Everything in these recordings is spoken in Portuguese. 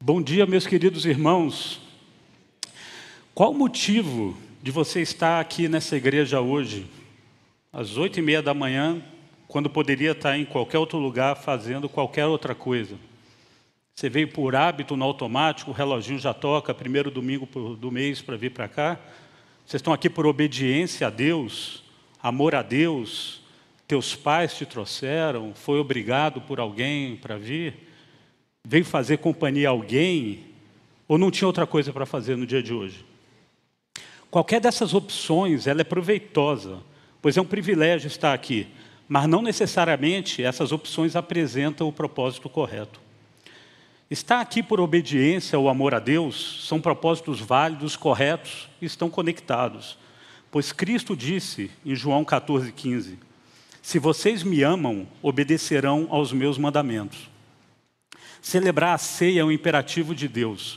Bom dia, meus queridos irmãos. Qual o motivo de você estar aqui nessa igreja hoje, às 8h30 da manhã, quando poderia estar em qualquer outro lugar fazendo qualquer outra coisa? Você veio por hábito no automático, o reloginho já toca, primeiro domingo do mês para vir para cá. Vocês estão aqui por obediência a Deus, amor a Deus, teus pais te trouxeram, foi obrigado por alguém para vir? Veio fazer companhia a alguém, ou não tinha outra coisa para fazer no dia de hoje? Qualquer dessas opções, ela é proveitosa, pois é um privilégio estar aqui, mas não necessariamente essas opções apresentam o propósito correto. Estar aqui por obediência ou amor a Deus são propósitos válidos, corretos e estão conectados, pois Cristo disse em João 14,15, se vocês me amam, obedecerão aos meus mandamentos. Celebrar a ceia é um imperativo de Deus.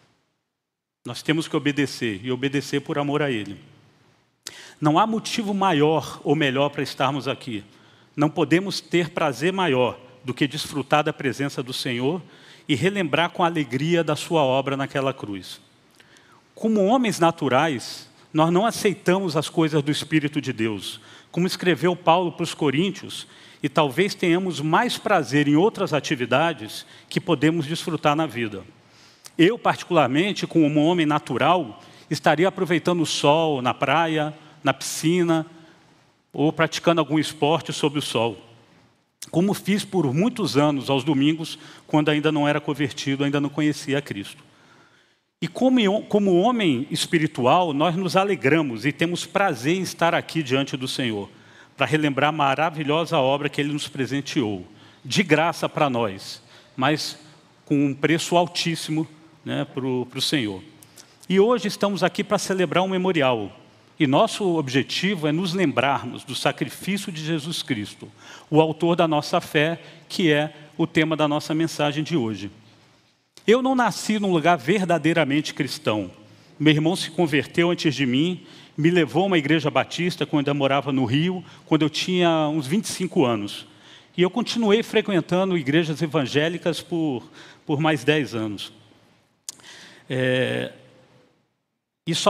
Nós temos que obedecer, e obedecer por amor a Ele. Não há motivo maior ou melhor para estarmos aqui. Não podemos ter prazer maior do que desfrutar da presença do Senhor e relembrar com alegria da sua obra naquela cruz. Como homens naturais, nós não aceitamos as coisas do Espírito de Deus. Como escreveu Paulo para os Coríntios, e talvez tenhamos mais prazer em outras atividades que podemos desfrutar na vida. Eu, particularmente, como um homem natural, estaria aproveitando o sol na praia, na piscina, ou praticando algum esporte sob o sol. Como fiz por muitos anos, aos domingos, quando ainda não era convertido, ainda não conhecia Cristo. E como homem espiritual, nós nos alegramos e temos prazer em estar aqui diante do Senhor, para relembrar a maravilhosa obra que Ele nos presenteou, de graça para nós, mas com um preço altíssimo, para o Senhor. E hoje estamos aqui para celebrar um memorial. E nosso objetivo é nos lembrarmos do sacrifício de Jesus Cristo, o autor da nossa fé, que é o tema da nossa mensagem de hoje. Eu não nasci num lugar verdadeiramente cristão. Meu irmão se converteu antes de mim, me levou a uma igreja batista quando eu morava no Rio, quando eu tinha uns 25 anos. E eu continuei frequentando igrejas evangélicas por mais 10 anos. E só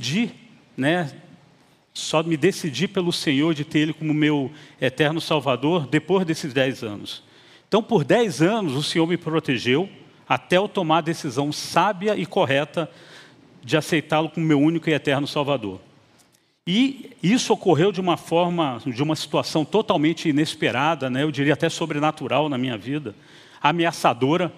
me decidi pelo Senhor de ter Ele como meu eterno Salvador depois desses 10 anos. Então, por 10 anos, o Senhor me protegeu até eu tomar a decisão sábia e correta de aceitá-lo como meu único e eterno Salvador. E isso ocorreu de uma situação totalmente inesperada, eu diria até sobrenatural na minha vida, ameaçadora,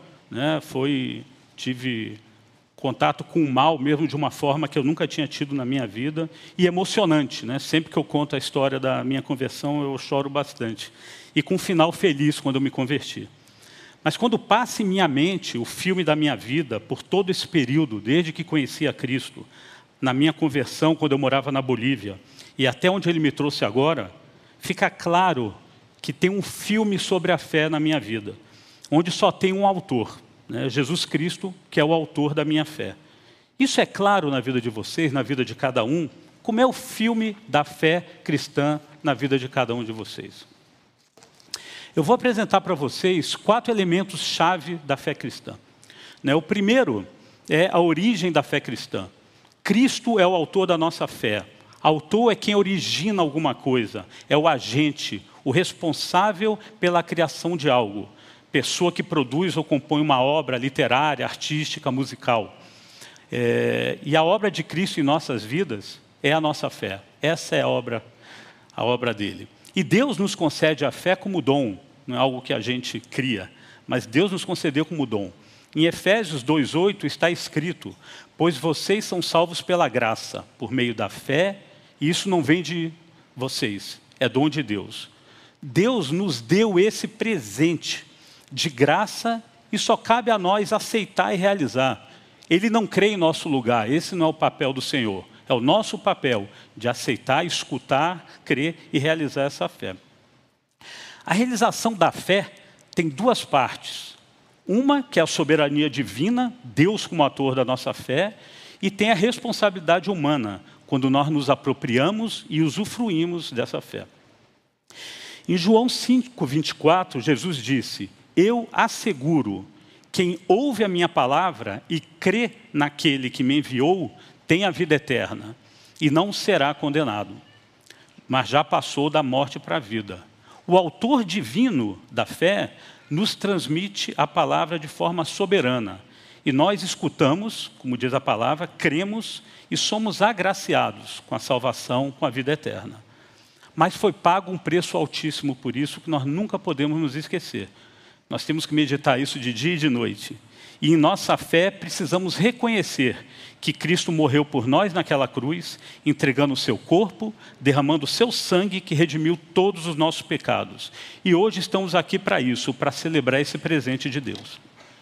tive contato com o mal mesmo de uma forma que eu nunca tinha tido na minha vida, e emocionante, sempre que eu conto a história da minha conversão eu choro bastante, e com um final feliz quando eu me converti. Mas quando passa em minha mente o filme da minha vida, por todo esse período, desde que conheci a Cristo, na minha conversão, quando eu morava na Bolívia, e até onde Ele me trouxe agora, fica claro que tem um filme sobre a fé na minha vida, onde só tem um autor, Jesus Cristo, que é o autor da minha fé. Isso é claro na vida de vocês, na vida de cada um, como é o filme da fé cristã na vida de cada um de vocês. Eu vou apresentar para vocês 4 elementos-chave da fé cristã. O primeiro é a origem da fé cristã. Cristo é o autor da nossa fé. Autor é quem origina alguma coisa, é o agente, o responsável pela criação de algo. Pessoa que produz ou compõe uma obra literária, artística, musical. E a obra de Cristo em nossas vidas é a nossa fé. Essa é a obra dele. E Deus nos concede a fé como dom, não é algo que a gente cria, mas Deus nos concedeu como dom. Em Efésios 2,8 está escrito, pois vocês são salvos pela graça, por meio da fé, e isso não vem de vocês, é dom de Deus. Deus nos deu esse presente de graça e só cabe a nós aceitar e realizar. Ele não crê em nosso lugar, esse não é o papel do Senhor. É o nosso papel de aceitar, escutar, crer e realizar essa fé. A realização da fé tem 2 partes. Uma, que é a soberania divina, Deus como autor da nossa fé, e tem a responsabilidade humana, quando nós nos apropriamos e usufruímos dessa fé. Em João 5,24, Jesus disse, eu asseguro quem ouve a minha palavra e crê naquele que me enviou, tem a vida eterna e não será condenado, mas já passou da morte para a vida. O autor divino da fé nos transmite a palavra de forma soberana. E nós escutamos, como diz a palavra, cremos e somos agraciados com a salvação, com a vida eterna. Mas foi pago um preço altíssimo por isso que nós nunca podemos nos esquecer. Nós temos que meditar isso de dia e de noite. E em nossa fé precisamos reconhecer que Cristo morreu por nós naquela cruz, entregando o seu corpo, derramando o seu sangue que redimiu todos os nossos pecados. E hoje estamos aqui para isso, para celebrar esse presente de Deus.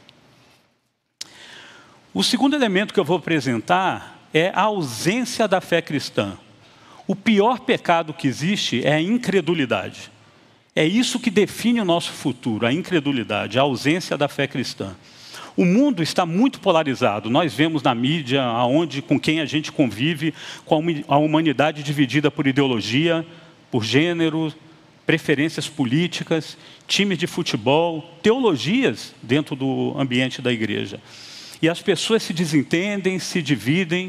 O segundo elemento que eu vou apresentar é a ausência da fé cristã. O pior pecado que existe é a incredulidade. É isso que define o nosso futuro, a incredulidade, a ausência da fé cristã. O mundo está muito polarizado. Nós vemos na mídia, com quem a gente convive, com a humanidade dividida por ideologia, por gênero, preferências políticas, times de futebol, teologias dentro do ambiente da igreja. E as pessoas se desentendem, se dividem,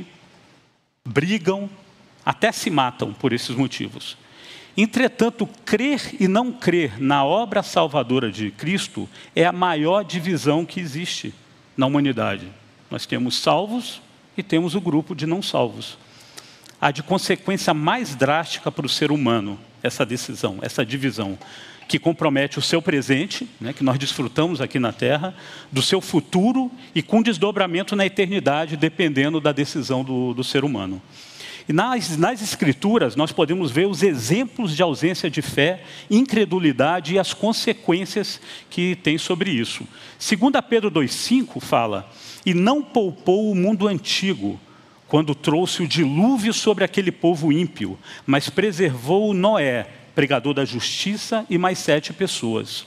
brigam, até se matam por esses motivos. Entretanto, crer e não crer na obra salvadora de Cristo é a maior divisão que existe na humanidade. Nós temos salvos e temos o grupo de não salvos. Há de consequência mais drástica para o ser humano essa decisão, essa divisão, que compromete o seu presente, que nós desfrutamos aqui na Terra, do seu futuro e com desdobramento na eternidade, dependendo da decisão do ser humano. E nas Escrituras, nós podemos ver os exemplos de ausência de fé, incredulidade e as consequências que tem sobre isso. 2 Pedro 2,5 fala: e não poupou o mundo antigo, quando trouxe o dilúvio sobre aquele povo ímpio, mas preservou Noé, pregador da justiça, e mais 7 pessoas.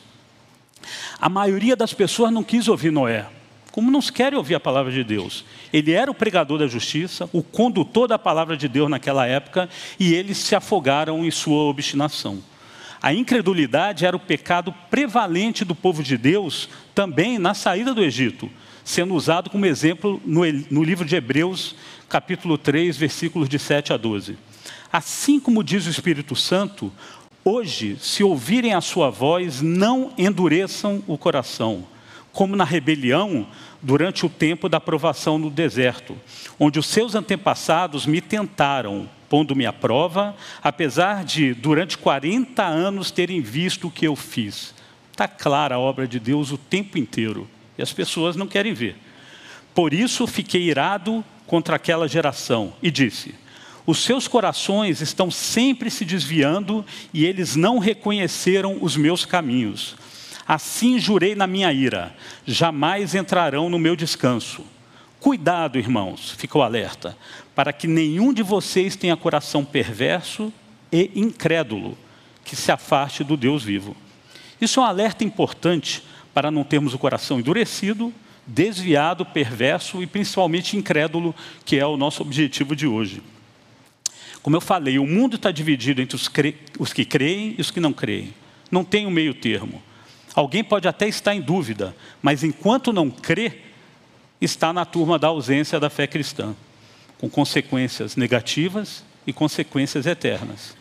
A maioria das pessoas não quis ouvir Noé, como não querem ouvir a palavra de Deus. Ele era o pregador da justiça, o condutor da palavra de Deus naquela época, e eles se afogaram em sua obstinação. A incredulidade era o pecado prevalente do povo de Deus, também na saída do Egito, sendo usado como exemplo no livro de Hebreus, capítulo 3, versículos de 7 a 12. Assim como diz o Espírito Santo, hoje, se ouvirem a sua voz, não endureçam o coração, como na rebelião durante o tempo da provação no deserto, onde os seus antepassados me tentaram, pondo-me à prova, apesar de, durante 40 anos, terem visto o que eu fiz. Está clara a obra de Deus o tempo inteiro, e as pessoas não querem ver. Por isso fiquei irado contra aquela geração, e disse: os seus corações estão sempre se desviando, e eles não reconheceram os meus caminhos. Assim jurei na minha ira, jamais entrarão no meu descanso. Cuidado, irmãos, ficou alerta, para que nenhum de vocês tenha coração perverso e incrédulo, que se afaste do Deus vivo. Isso é um alerta importante para não termos o coração endurecido, desviado, perverso e principalmente incrédulo, que é o nosso objetivo de hoje. Como eu falei, o mundo está dividido entre os que creem e os que não creem. Não tem um meio termo. Alguém pode até estar em dúvida, mas enquanto não crê, está na turma da ausência da fé cristã, com consequências negativas e consequências eternas.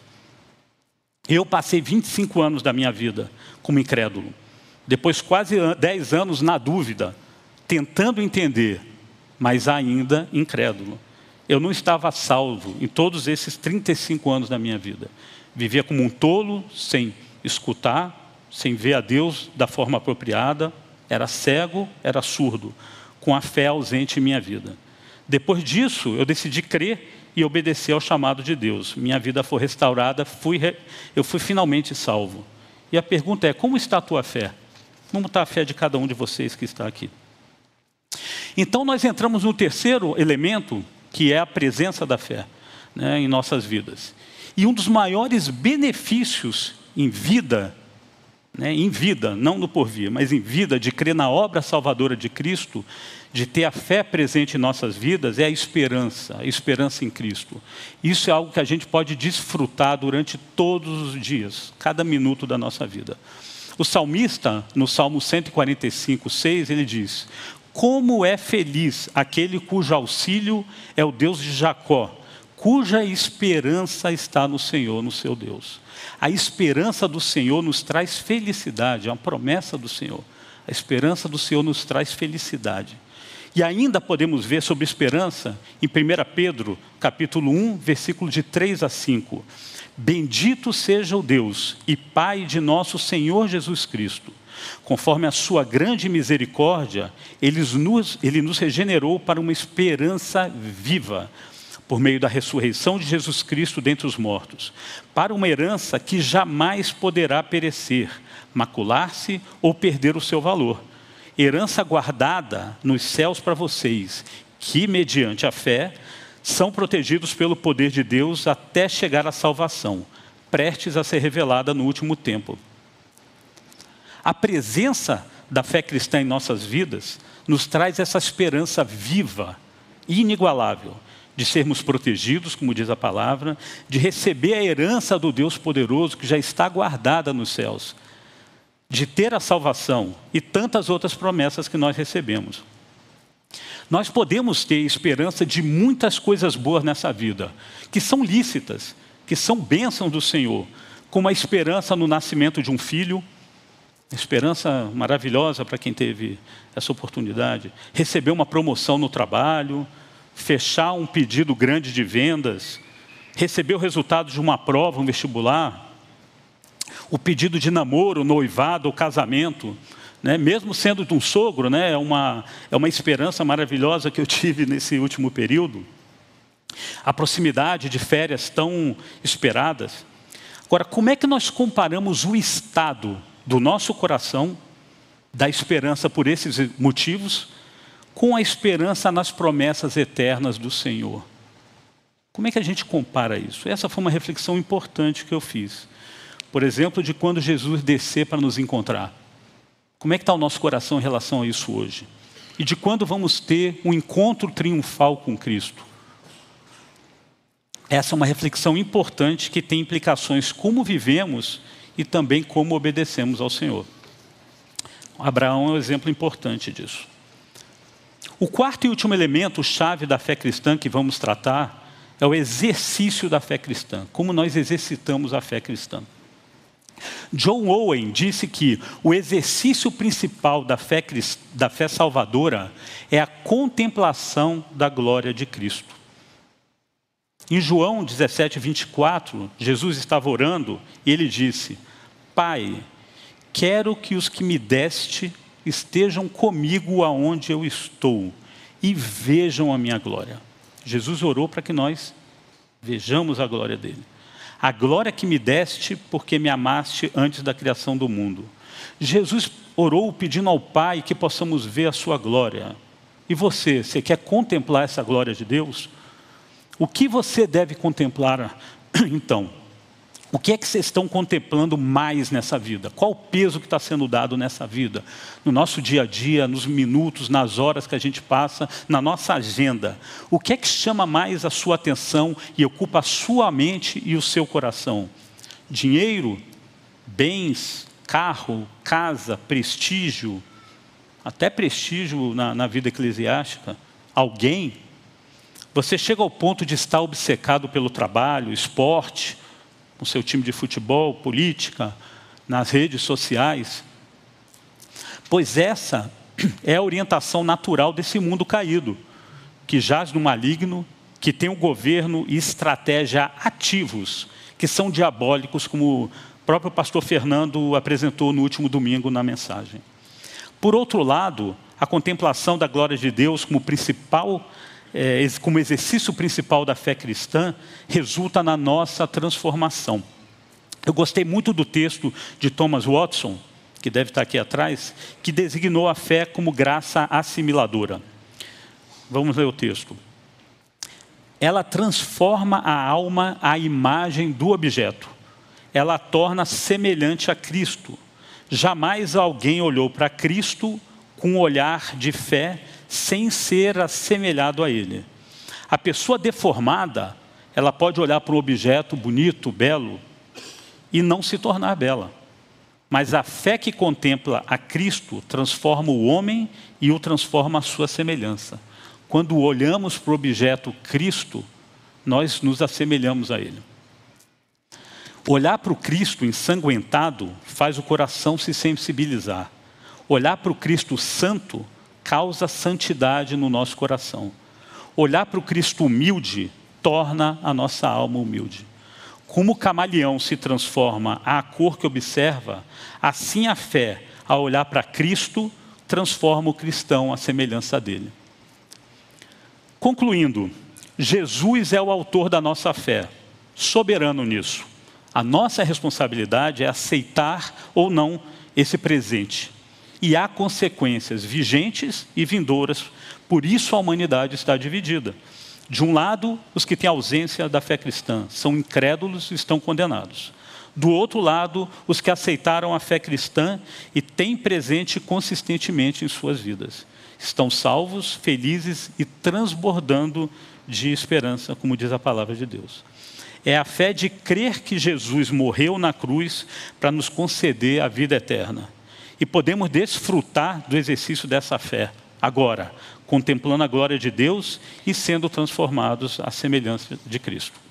Eu passei 25 anos da minha vida como incrédulo. Depois quase 10 anos na dúvida, tentando entender, mas ainda incrédulo. Eu não estava salvo em todos esses 35 anos da minha vida. Vivia como um tolo, sem escutar, sem ver a Deus da forma apropriada, era cego, era surdo, com a fé ausente em minha vida. Depois disso, eu decidi crer e obedecer ao chamado de Deus. Minha vida foi restaurada, eu fui finalmente salvo. E a pergunta é: como está a tua fé? Como está a fé de cada um de vocês que está aqui? Então nós entramos no terceiro elemento, que é a presença da fé, em nossas vidas. E um dos maiores benefícios em vida, não no porvir, mas em vida, de crer na obra salvadora de Cristo, de ter a fé presente em nossas vidas, é a esperança em Cristo. Isso é algo que a gente pode desfrutar durante todos os dias, cada minuto da nossa vida. O salmista, no Salmo 145, 6, ele diz: como é feliz aquele cujo auxílio é o Deus de Jacó, cuja esperança está no Senhor, no seu Deus. A esperança do Senhor nos traz felicidade, é uma promessa do Senhor. A esperança do Senhor nos traz felicidade. E ainda podemos ver sobre esperança em 1 Pedro, capítulo 1, versículo de 3 a 5. Bendito seja o Deus e Pai de nosso Senhor Jesus Cristo. Conforme a sua grande misericórdia, Ele nos regenerou para uma esperança viva, por meio da ressurreição de Jesus Cristo dentre os mortos, para uma herança que jamais poderá perecer, macular-se ou perder o seu valor. Herança guardada nos céus para vocês, que, mediante a fé, são protegidos pelo poder de Deus até chegar à salvação, prestes a ser revelada no último tempo. A presença da fé cristã em nossas vidas nos traz essa esperança viva, inigualável, de sermos protegidos, como diz a palavra, de receber a herança do Deus poderoso que já está guardada nos céus, de ter a salvação e tantas outras promessas que nós recebemos. Nós podemos ter esperança de muitas coisas boas nessa vida, que são lícitas, que são bênçãos do Senhor, como a esperança no nascimento de um filho, esperança maravilhosa para quem teve essa oportunidade, receber uma promoção no trabalho, fechar um pedido grande de vendas, receber o resultado de uma prova, um vestibular, o pedido de namoro, noivado ou casamento, né? Mesmo sendo de um sogro, né? É uma esperança maravilhosa que eu tive nesse último período. A proximidade de férias tão esperadas. Agora, como é que nós comparamos o estado do nosso coração, da esperança por esses motivos, com a esperança nas promessas eternas do Senhor? Como é que a gente compara isso? Essa foi uma reflexão importante que eu fiz. Por exemplo, de quando Jesus descer para nos encontrar. Como é que está o nosso coração em relação a isso hoje? E de quando vamos ter um encontro triunfal com Cristo? Essa é uma reflexão importante que tem implicações como vivemos e também como obedecemos ao Senhor. Abraão é um exemplo importante disso. O quarto e último elemento, chave da fé cristã que vamos tratar, é o exercício da fé cristã. Como nós exercitamos a fé cristã. John Owen disse que o exercício principal da fé salvadora é a contemplação da glória de Cristo. Em João 17, 24, Jesus estava orando e ele disse: Pai, quero que os que me deste estejam comigo aonde eu estou e vejam a minha glória. Jesus orou para que nós vejamos a glória dele. A glória que me deste porque me amaste antes da criação do mundo. Jesus orou pedindo ao Pai que possamos ver a sua glória. E você quer contemplar essa glória de Deus? O que você deve contemplar então? O que é que vocês estão contemplando mais nessa vida? Qual o peso que está sendo dado nessa vida? No nosso dia a dia, nos minutos, nas horas que a gente passa, na nossa agenda. O que é que chama mais a sua atenção e ocupa a sua mente e o seu coração? Dinheiro, bens, carro, casa, prestígio, até prestígio na vida eclesiástica, alguém? Você chega ao ponto de estar obcecado pelo trabalho, esporte, com seu time de futebol, política, nas redes sociais. Pois essa é a orientação natural desse mundo caído, que jaz no maligno, que tem o governo e estratégia ativos, que são diabólicos, como o próprio pastor Fernando apresentou no último domingo na mensagem. Por outro lado, a contemplação da glória de Deus como exercício principal da fé cristã, resulta na nossa transformação. Eu gostei muito do texto de Thomas Watson, que deve estar aqui atrás, que designou a fé como graça assimiladora. Vamos ler o texto. Ela transforma a alma à imagem do objeto. Ela a torna semelhante a Cristo. Jamais alguém olhou para Cristo com um olhar de fé sem ser assemelhado a Ele. A pessoa deformada, ela pode olhar para um objeto bonito, belo, e não se tornar bela. Mas a fé que contempla a Cristo transforma o homem e o transforma à sua semelhança. Quando olhamos para o objeto Cristo, nós nos assemelhamos a Ele. Olhar para o Cristo ensanguentado faz o coração se sensibilizar. Olhar para o Cristo santo causa santidade no nosso coração. Olhar para o Cristo humilde torna a nossa alma humilde. Como o camaleão se transforma à cor que observa, assim a fé, ao olhar para Cristo, transforma o cristão à semelhança dele. Concluindo, Jesus é o autor da nossa fé, soberano nisso. A nossa responsabilidade é aceitar ou não esse presente. E há consequências vigentes e vindouras, por isso a humanidade está dividida. De um lado, os que têm ausência da fé cristã, são incrédulos e estão condenados. Do outro lado, os que aceitaram a fé cristã e têm presente consistentemente em suas vidas. Estão salvos, felizes e transbordando de esperança, como diz a palavra de Deus. É a fé de crer que Jesus morreu na cruz para nos conceder a vida eterna. E podemos desfrutar do exercício dessa fé agora, contemplando a glória de Deus e sendo transformados à semelhança de Cristo.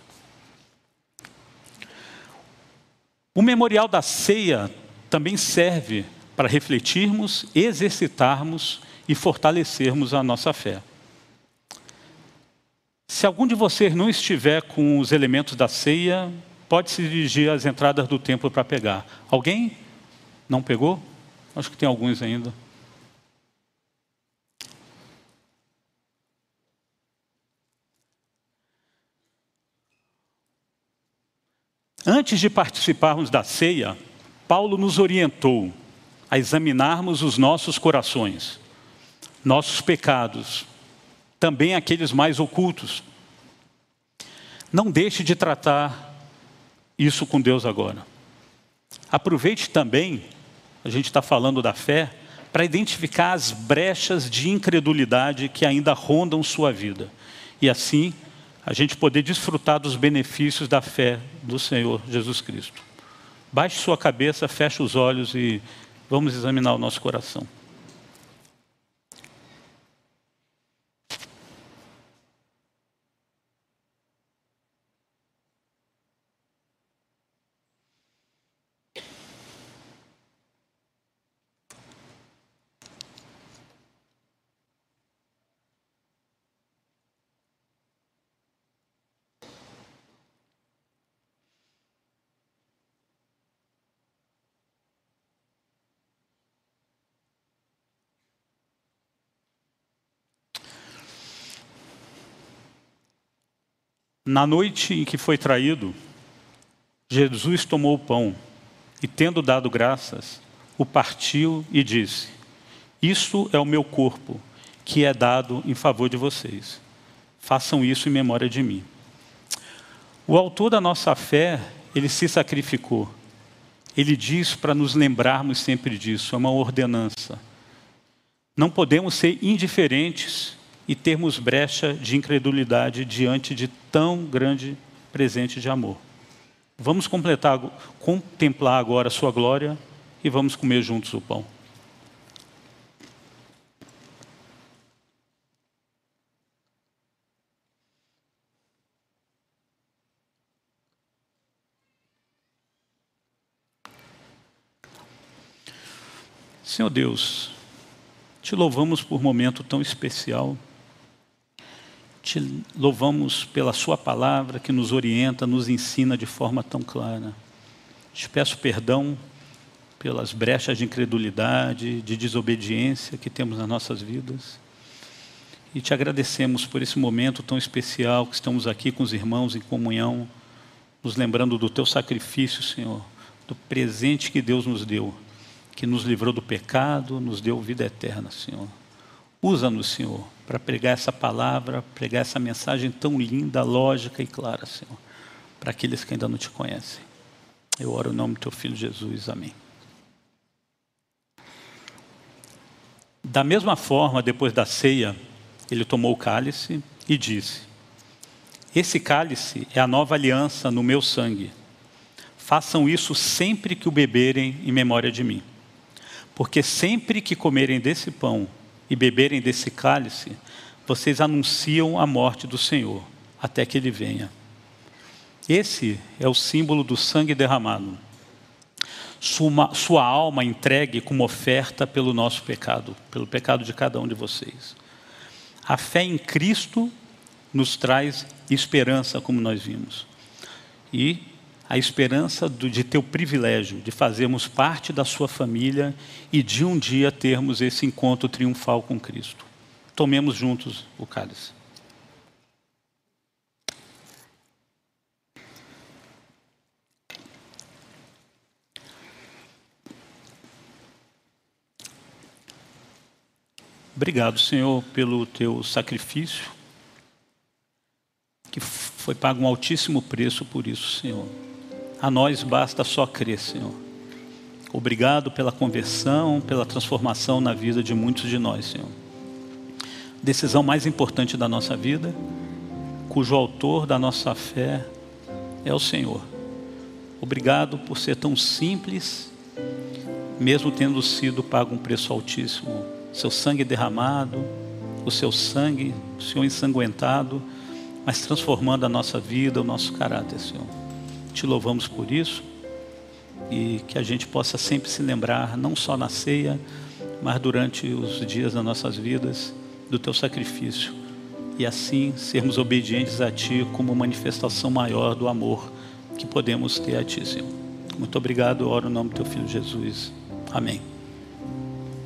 O memorial da ceia também serve para refletirmos, exercitarmos e fortalecermos a nossa fé. Se algum de vocês não estiver com os elementos da ceia, pode se dirigir às entradas do templo para pegar. Alguém não pegou? Acho que tem alguns ainda. Antes de participarmos da ceia, Paulo nos orientou a examinarmos os nossos corações, nossos pecados, também aqueles mais ocultos. Não deixe de tratar isso com Deus agora. Aproveite também, a gente está falando da fé, para identificar as brechas de incredulidade que ainda rondam sua vida. E assim, a gente poder desfrutar dos benefícios da fé do Senhor Jesus Cristo. Baixe sua cabeça, feche os olhos e vamos examinar o nosso coração. Na noite em que foi traído, Jesus tomou o pão e, tendo dado graças, o partiu e disse: "Isto é o meu corpo, que é dado em favor de vocês. Façam isso em memória de mim." O autor da nossa fé, ele se sacrificou. Ele diz para nos lembrarmos sempre disso, é uma ordenança. Não podemos ser indiferentes e termos brecha de incredulidade diante de tão grande presente de amor. Vamos contemplar agora a sua glória e vamos comer juntos o pão. Senhor Deus, te louvamos por um momento tão especial. Te louvamos pela sua palavra que nos orienta, nos ensina de forma tão clara. Te peço perdão pelas brechas de incredulidade, de desobediência que temos nas nossas vidas. E te agradecemos por esse momento tão especial que estamos aqui com os irmãos em comunhão, nos lembrando do teu sacrifício, Senhor, do presente que Deus nos deu, que nos livrou do pecado, nos deu vida eterna, Senhor. Usa-nos, Senhor, para pregar essa palavra, pregar essa mensagem tão linda, lógica e clara, Senhor, para aqueles que ainda não te conhecem. Eu oro em nome do teu Filho Jesus. Amém. Da mesma forma, depois da ceia, ele tomou o cálice e disse: "Esse cálice é a nova aliança no meu sangue. Façam isso sempre que o beberem em memória de mim. Porque sempre que comerem desse pão e beberem desse cálice, vocês anunciam a morte do Senhor, até que Ele venha. Esse é o símbolo do sangue derramado. Sua alma entregue como oferta pelo nosso pecado, pelo pecado de cada um de vocês. A fé em Cristo nos traz esperança, como nós vimos. E a esperança de ter o privilégio de fazermos parte da sua família e de um dia termos esse encontro triunfal com Cristo. Tomemos juntos o cálice. Obrigado, Senhor, pelo teu sacrifício, que foi pago um altíssimo preço por isso, Senhor. A nós basta só crer, Senhor. Obrigado pela conversão, pela transformação na vida de muitos de nós, Senhor. Decisão mais importante da nossa vida, cujo autor da nossa fé é o Senhor. Obrigado por ser tão simples, mesmo tendo sido pago um preço altíssimo. Seu sangue derramado, o seu sangue, o Senhor ensanguentado, mas transformando a nossa vida, o nosso caráter, Senhor. Te louvamos por isso e que a gente possa sempre se lembrar, não só na ceia, mas durante os dias das nossas vidas, do teu sacrifício. E assim sermos obedientes a Ti como manifestação maior do amor que podemos ter a Ti, Senhor. Muito obrigado, eu oro no nome do Teu Filho Jesus. Amém.